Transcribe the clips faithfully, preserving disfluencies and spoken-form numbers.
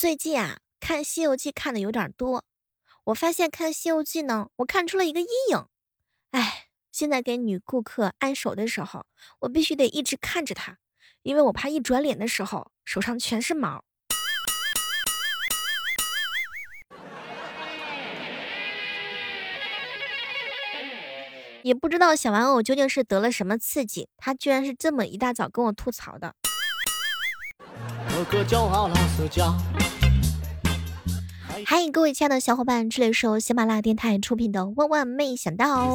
最近啊，看《西游记》看的有点多，我发现看《西游记》呢，我看出了一个阴影。哎，现在给女顾客按手的时候，我必须得一直看着她，因为我怕一转脸的时候手上全是毛。也不知道小玩偶究竟是得了什么刺激，他居然是这么一大早跟我吐槽的。 个个叫阿拉斯加。 嗨，各位亲爱的小伙伴，这里是由喜马拉雅电台出品的《万万没想到》。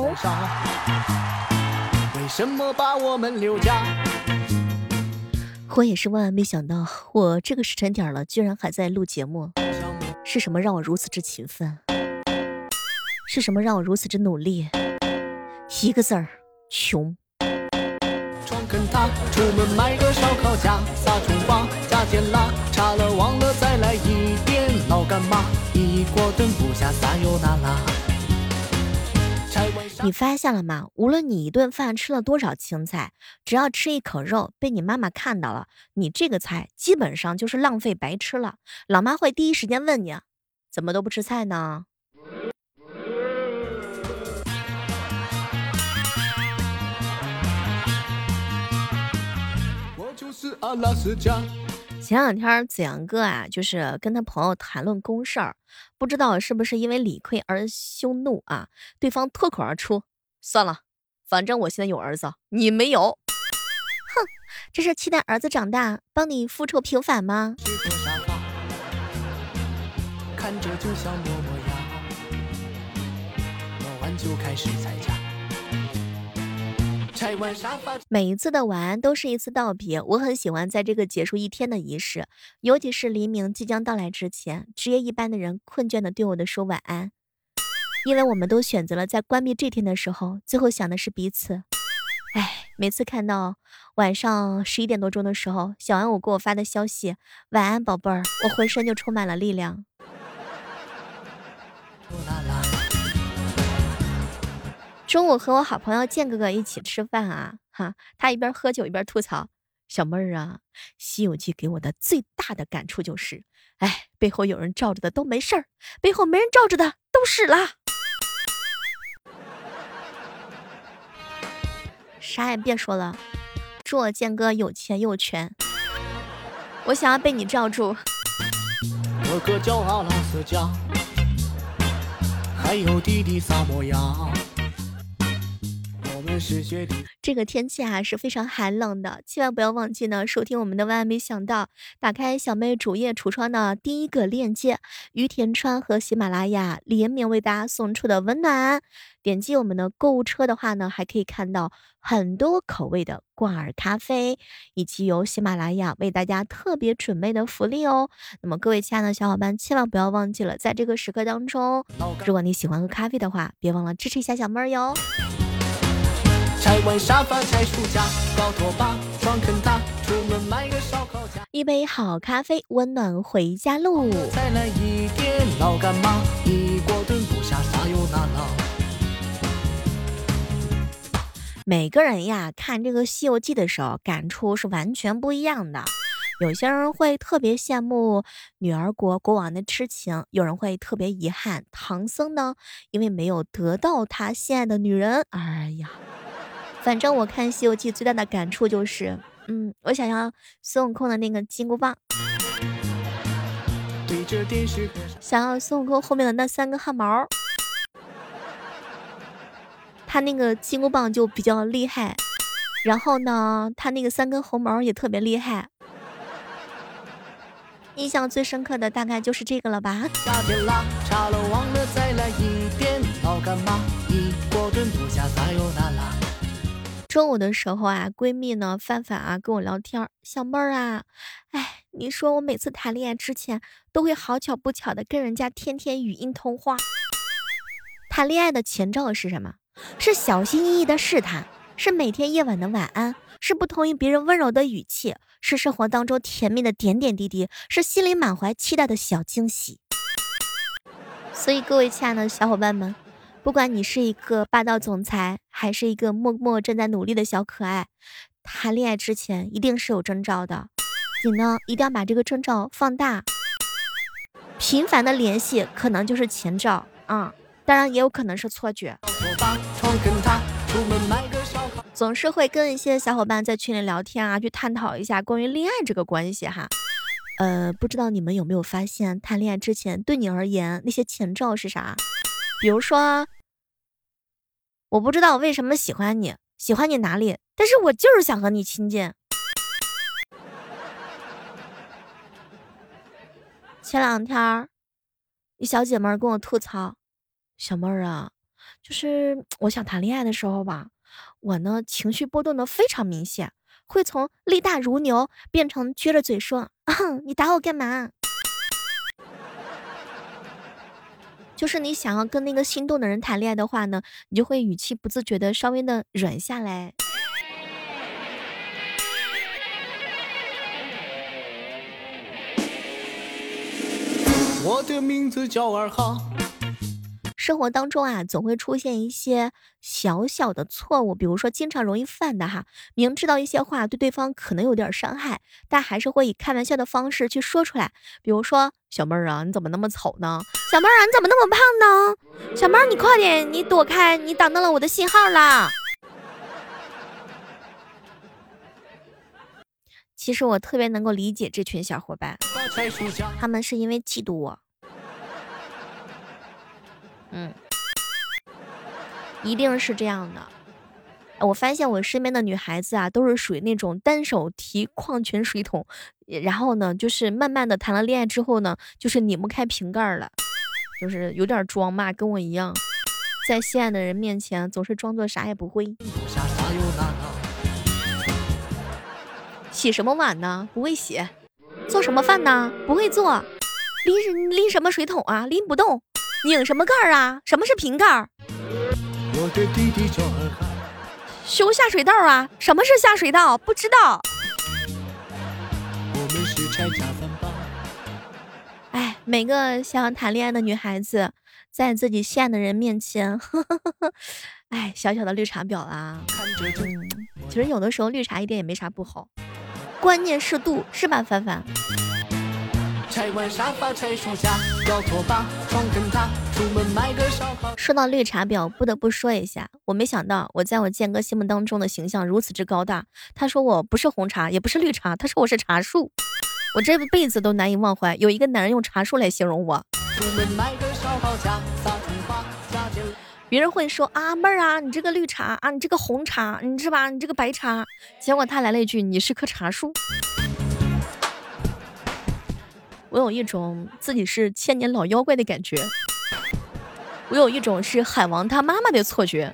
为什么把我们留下？ 我也是万万没想到，我这个时辰点了，居然还在录节目。是什么让我如此之勤奋？是什么让我如此之努力？一个字儿，穷。 创肯塔，出门买个烧烤架，撒葱花，加点辣，差了忘了再来一点老干妈，一锅炖不下撒油那拉。 你发现了吗？无论你一顿饭吃了多少青菜，只要吃一口肉被你妈妈看到了，你这个菜基本上就是浪费白吃了。老妈会第一时间问你，怎么都不吃菜呢？ 我就是阿拉斯加。 前两天子阳哥啊，就是跟他朋友谈论公事儿，不知道是不是因为理亏而羞怒啊，对方脱口而出，算了，反正我现在有儿子，你没有。哼，这是期待儿子长大帮你复仇平反吗？ 看着就像磨磨牙，磨完就开始拆家。 每一次的晚安都是一次道别，我很喜欢在这个结束一天的仪式，尤其是黎明即将到来之前，职业一般的人困倦的对我的说晚安，因为我们都选择了在关闭这天的时候，最后想的是彼此。哎，每次看到晚上十一点多钟的时候，小安我给我发的消息，晚安宝贝儿，我浑身就充满了力量。中午和我好朋友建哥哥一起吃饭啊，哈，他一边喝酒一边吐槽，小妹儿啊，西游记给我的最大的感触就是，哎，背后有人罩着的都没事儿，背后没人罩着的都死了。啥也别说了，祝我建哥有钱有权，我想要被你罩住。 我哥叫阿拉斯加，还有弟弟萨摩亚。 这个天气啊是非常寒冷的，千万不要忘记呢收听我们的万万没想到，打开小妹主页橱窗的第一个链接，于田川和喜马拉雅联名为大家送出的温暖，点击我们的购物车的话呢，还可以看到很多口味的挂耳咖啡，以及由喜马拉雅为大家特别准备的福利哦。那么各位亲爱的小伙伴，千万不要忘记了，在这个时刻当中，如果你喜欢喝咖啡的话，别忘了支持一下小妹儿哟。 拆完沙发拆书架，搞拖把双肯塔，出门买个烧烤架， 一杯好咖啡，温暖回家路。 再来一点老干妈，一锅炖不下撒油那拉。 每个人呀看这个《西游记》的时候，感触是完全不一样的。有些人会特别羡慕女儿国国王的痴情，有人会特别遗憾唐僧呢，因为没有得到他心爱的女人。哎呀。反正我看《西游记》最大的感触就是，嗯，我想要孙悟空的那个金箍棒，想要孙悟空后面的那三个汗毛，他那个金箍棒就比较厉害，然后呢，他那个三根红毛也特别厉害。印象最深刻的大概就是这个了吧。 加点辣，差了忘了再来一点老干妈，一锅炖不下撒油那拉。 中午的时候啊，闺蜜呢范范啊跟我聊天，小妹儿啊，哎，你说我每次谈恋爱之前都会好巧不巧的跟人家天天语音通话。谈恋爱的前兆是什么？是小心翼翼的试探，是每天夜晚的晚安，是不同于别人温柔的语气，是生活当中甜蜜的点点滴滴，是心里满怀期待的小惊喜。所以各位亲爱的小伙伴们，不管你是一个霸道总裁，还是一个默默正在努力的小可爱，谈恋爱之前一定是有征兆的。你呢，一定要把这个征兆放大， 频繁的联系可能就是前兆啊、嗯，当然也有可能是错觉。总是会跟一些小伙伴在群里聊天啊，去探讨一下关于恋爱这个关系哈。呃，不知道你们有没有发现，谈恋爱之前对你而言那些前兆是啥？比如说，我不知道我为什么喜欢你，喜欢你哪里，但是我就是想和你亲近。前两天一小姐妹儿跟我吐槽，小妹儿啊，就是我想谈恋爱的时候吧，我呢情绪波动的非常明显，会从力大如牛变成撅着嘴说，啊，你打我干嘛？就是你想要跟那个心动的人谈恋爱的话呢，你就会语气不自觉的稍微的软下来。 我的名字叫二哈。 生活当中啊，总会出现一些小小的错误，比如说经常容易犯的哈，明知道一些话对对方可能有点伤害，但还是会以开玩笑的方式去说出来。比如说，小妹儿啊，你怎么那么丑呢？小妹儿啊，你怎么那么胖呢？小妹儿，你快点，你躲开，你挡到了我的信号啦。其实我特别能够理解这群小伙伴，他们是因为嫉妒我。嗯，一定是这样的。我发现我身边的女孩子啊，都是属于那种单手提矿泉水桶，然后呢，就是慢慢的谈了恋爱之后呢，就是拧不开瓶盖了，就是有点装嘛，跟我一样，在心爱的人面前总是装作啥也不会。洗什么碗呢？不会洗。做什么饭呢？不会做。拎拎什么水桶啊？拎不动。拧什么盖儿啊？什么是瓶盖儿？我的弟弟叫二哈。修下水道啊？什么是下水道？不知道。我们是拆家饭吧。哎，每个想要谈恋爱的女孩子，在自己心爱的人面前，呵呵呵呵，哎，小小的绿茶婊啊。嗯，其实有的时候绿茶一点也没啥不好，关键是度，是吧，凡凡？拆完沙发拆书架，摇拖把床跟他出门买个烧烤。说到绿茶婊，不得不说一下，我没想到我在我健哥心目当中的形象如此之高大。他说我不是红茶，也不是绿茶，他说我是茶树。我这辈子都难以忘怀，有一个男人用茶树来形容我。出门买个烧烤架，撒葱花加点。别人会说啊，妹儿啊，你这个绿茶啊，你这个红茶，你是吧？你这个白茶。结果他来了一句，你是棵茶树。我有一种自己是千年老妖怪的感觉，我有一种是海王他妈妈的错觉。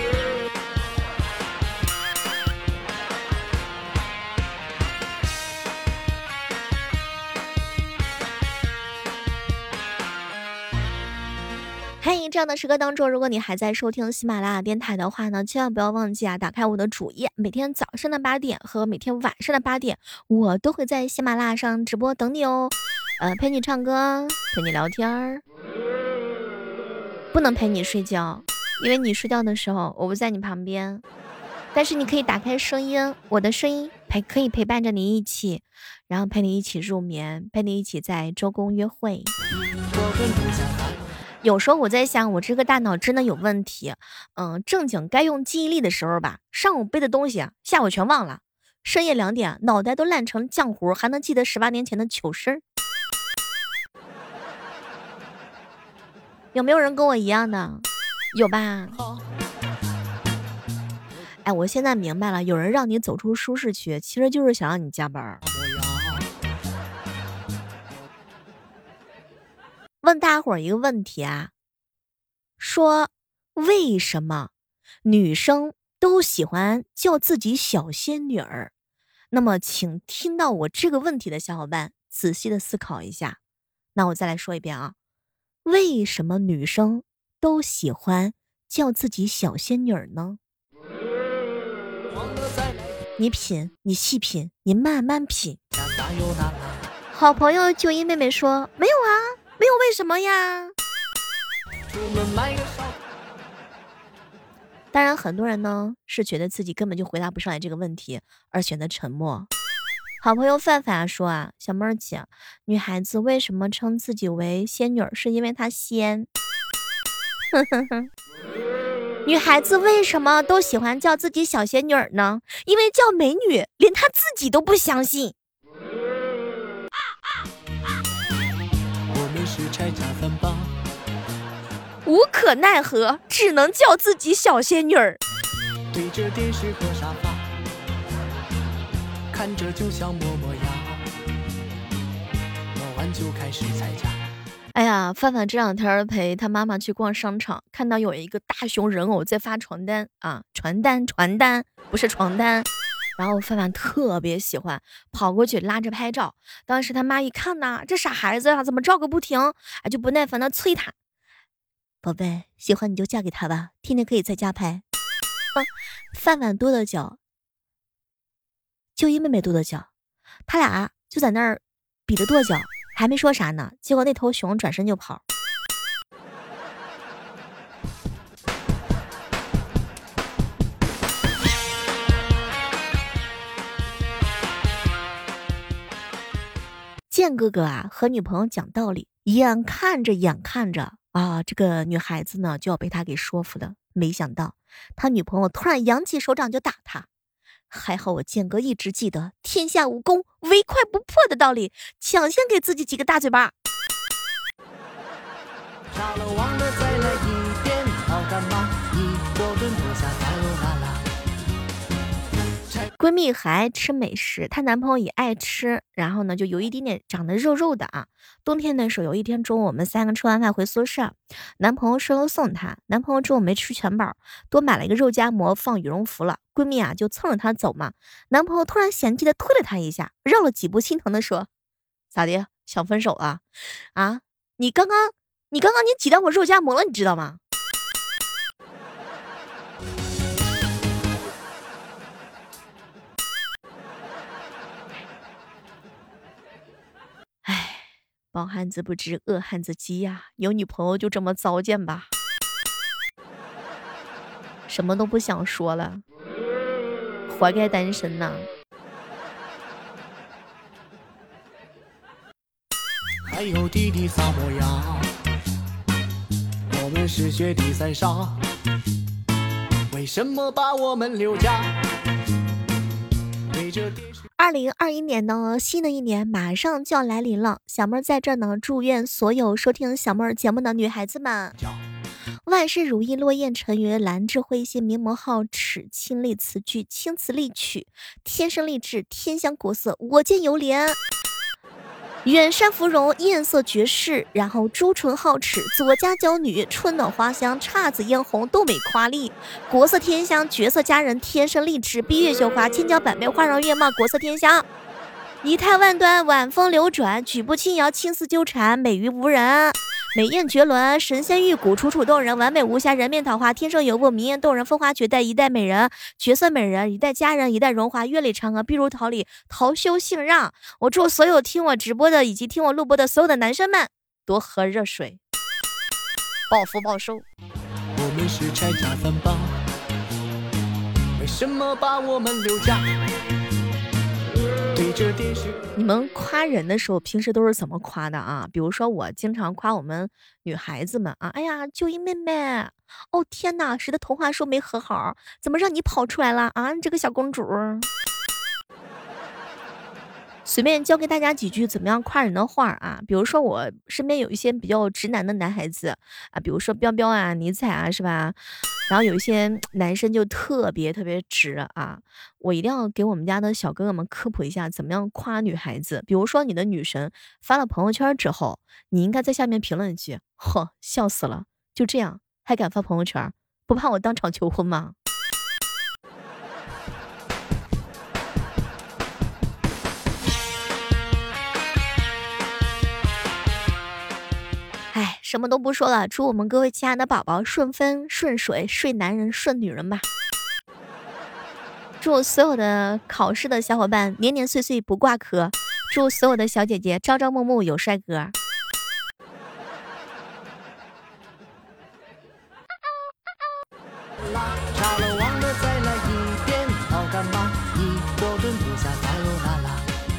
嘿，这样的时刻当中，如果你还在收听喜马拉雅电台的话呢，千万不要忘记啊，打开我的主页，每天早上的八点和每天晚上的八点，我都会在喜马拉雅上直播等你哦。呃，陪你唱歌，陪你聊天儿，不能陪你睡觉，因为你睡觉的时候我不在你旁边。但是你可以打开声音，我的声音陪可以陪伴着你一起，然后陪你一起入眠，陪你一起在周公约会。有时候我在想，我这个大脑真的有问题。嗯，正经该用记忆力的时候吧，上午背的东西啊，下午全忘了。深夜两点，脑袋都烂成浆糊，还能记得十八年前的糗事儿。有没有人跟我一样的？有吧？哎，我现在明白了，有人让你走出舒适区，其实就是想让你加班。问大伙儿一个问题啊，说为什么女生都喜欢叫自己小仙女儿？那么请听到我这个问题的小伙伴仔细的思考一下。那我再来说一遍啊，为什么女生都喜欢叫自己小仙女儿呢？你品，你细品，你慢慢品。好朋友九一妹妹说，没有啊，没有为什么呀。当然很多人呢是觉得自己根本就回答不上来这个问题而选择沉默， 好朋友范范说啊，小妹儿姐，女孩子为什么称自己为仙女儿？是因为她仙。女孩子为什么都喜欢叫自己小仙女儿呢？因为叫美女，连她自己都不相信。 我们是拆家饭吧， 无可奈何，只能叫自己小仙女儿。 对着电视和沙发，看着就像磨磨牙，磨完就开始拆家。 哎呀，范范这两天陪他妈妈去逛商场，看到有一个大熊人偶在发传单啊，传单传单不是床单，然后范范特别喜欢，跑过去拉着拍照。当时他妈一看呐，这傻孩子啊，怎么照个不停，哎，就不耐烦的催他，宝贝，喜欢你就嫁给他吧，天天可以在家拍。嗯，范范跺跺脚，就一妹妹跺跺脚，他俩就在那儿比着跺脚。还没说啥呢，结果那头熊转身就跑。建哥哥啊，和女朋友讲道理，眼看着眼看着啊，这个女孩子呢就要被他给说服了，没想到他女朋友突然扬起手掌就打他。还好我建哥一直记得天下武功唯快不破的道理，抢先给自己几个大嘴巴。 炸了忘了再来一遍，好干嘛？一锅炖不下再喽啦啦。 闺蜜还爱吃美食，她男朋友也爱吃，然后呢就有一点点长得肉肉的啊。冬天的时候，有一天中午我们三个吃完饭回宿舍，男朋友顺路送她，男朋友中午没吃全饱，多买了一个肉夹馍放羽绒服了。闺蜜啊就蹭着她走嘛，男朋友突然嫌弃的推了她一下，绕了几步心疼的说：咋的，想分手啊？啊，你刚刚你刚刚你挤到我肉夹馍了，你知道吗？唉，饱汉子不知饿汉子饥呀，有女朋友就这么糟践吧。什么都不想说了，活该单身呐。 还有弟弟撒模样，我们是雪地三沙，为什么把我们留下？对着电视。 二零二一年呢，新的一年马上就要来临了，小妹儿在这儿呢，祝愿所有收听小妹儿节目的女孩子们，万事如意，落雁沉鱼，兰智慧心，明眸皓齿，清丽词句，青词丽曲，天生丽质，天香国色，我见犹怜。远山芙蓉，艳色绝世，然后朱唇皓齿，左家娇女，春暖花香，姹紫嫣红，斗美夸丽，国色天香，绝色佳人，天生丽质，闭月羞花，千娇百媚，花容月貌，国色天香，仪态万端，晚风流转，举步轻摇，青丝纠缠，美于无人，美艳绝伦，神仙玉骨，楚楚动人，完美无瑕，人面桃花，天生尤物，明艳动人，风华绝代，一代美人，绝色美人，一代佳人，一代荣华，月里嫦娥，碧如桃李，桃羞杏让。我祝所有听我直播的以及听我录播的所有的男生们多喝热水，暴富暴瘦。 我们是拆家饭吧，为什么把我们留下？对着电视。 你们夸人的时候，平时都是怎么夸的啊？比如说我经常夸我们女孩子们啊，哎呀，九一妹妹，哦天哪，谁的童话书没合好？怎么让你跑出来了啊？你这个小公主。随便教给大家几句怎么样夸人的话啊，比如说我身边有一些比较直男的男孩子啊，比如说彪彪啊、尼采啊，是吧？然后有一些男生就特别特别直啊，我一定要给我们家的小哥哥们科普一下怎么样夸女孩子。比如说你的女神发了朋友圈之后，你应该在下面评论一句：嚯，笑死了，就这样还敢发朋友圈，不怕我当场求婚吗？哎，什么都不说了，祝我们各位亲爱的宝宝顺风顺水，睡男人顺女人吧。祝所有的考试的小伙伴年年岁岁不挂科，祝所有的小姐姐朝朝暮暮有帅哥。 炸了忘了再来一遍，好干嘛？一锅炖不下再喽啦啦。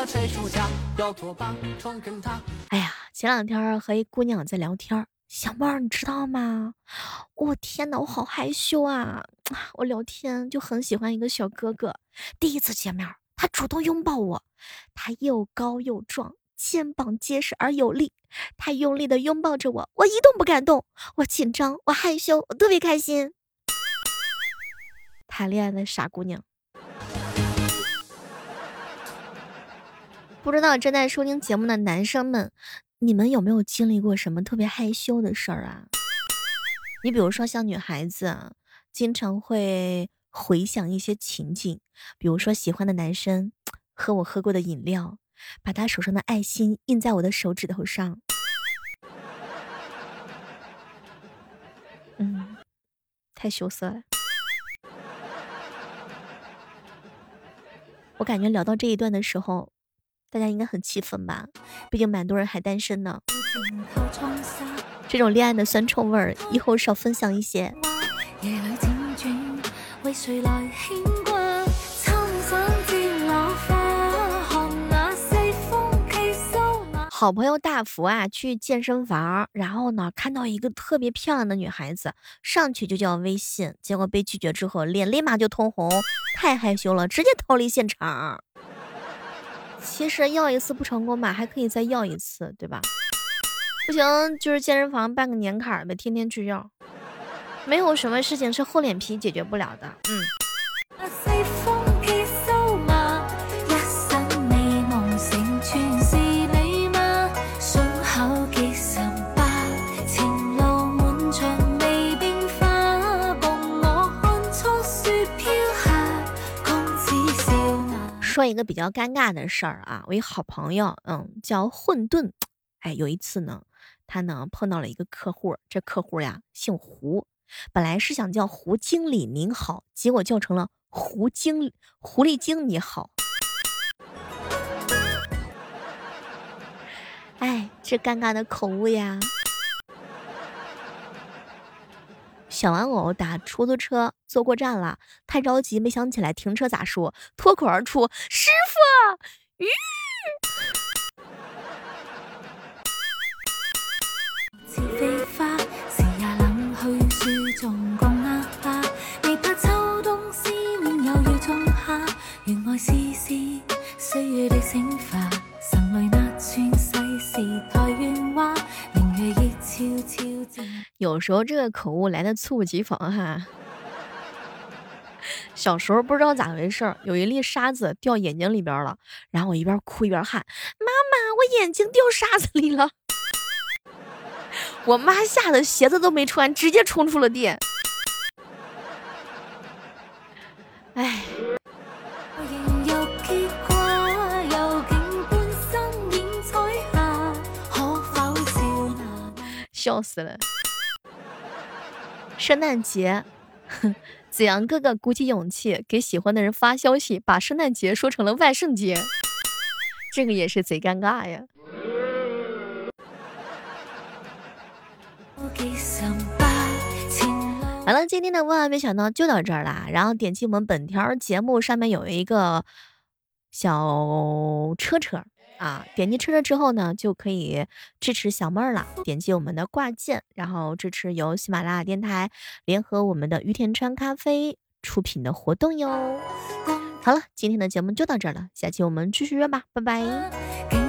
拆书架，要拖把床跟他。 哎呀，前两天和一姑娘在聊天，小妹儿，你知道吗？我天哪，我好害羞啊！我聊天就很喜欢一个小哥哥，第一次见面，他主动拥抱我，他又高又壮，肩膀结实而有力，他用力的拥抱着我，我一动不敢动，我紧张，我害羞，我特别开心。谈恋爱的傻姑娘。不知道正在收听节目的男生们，你们有没有经历过什么特别害羞的事儿啊？你比如说像女孩子啊，经常会回想一些情景，比如说喜欢的男生喝我喝过的饮料，把他手上的爱心印在我的手指头上。嗯，太羞涩了。我感觉聊到这一段的时候，大家应该很气愤吧，毕竟蛮多人还单身呢。这种恋爱的酸臭味儿，以后少分享一些。好朋友大福啊，去健身房，然后呢，看到一个特别漂亮的女孩子，上去就叫微信，结果被拒绝之后，脸立马就通红，太害羞了，直接逃离现场。其实要一次不成功嘛，还可以再要一次，对吧？不行，就是健身房办个年卡呗，天天去要。没有什么事情是厚脸皮解决不了的。嗯。说一个比较尴尬的事儿啊，我一好朋友，嗯，叫混沌，哎，有一次呢，他呢碰到了一个客户，这客户呀姓胡，本来是想叫胡经理您好，结果叫成了胡经狐狸精你好。哎，这尴尬的口误呀。小玩偶打出租车坐过站了，太着急没想起来停车咋说，脱口而出师傅鱼。有时候这个口误来的猝不及防哈。小时候不知道咋回事，有一粒沙子掉眼睛里边了，然后我一边哭一边喊妈妈，我眼睛掉沙子里了。我妈吓得鞋子都没穿，直接冲出了店。哎，笑死了。圣诞节，子阳哥哥鼓起勇气给喜欢的人发消息，把圣诞节说成了万圣节，这个也是贼尴尬呀。好了，今天的万万没想到就到这儿啦。然后点击我们本条节目上面有一个小车车啊，点击车车之后呢，就可以支持小妹儿了。点击我们的挂件，然后支持由喜马拉雅电台联合我们的于田川咖啡出品的活动哟。好了，今天的节目就到这儿了，下期我们继续约吧，拜拜。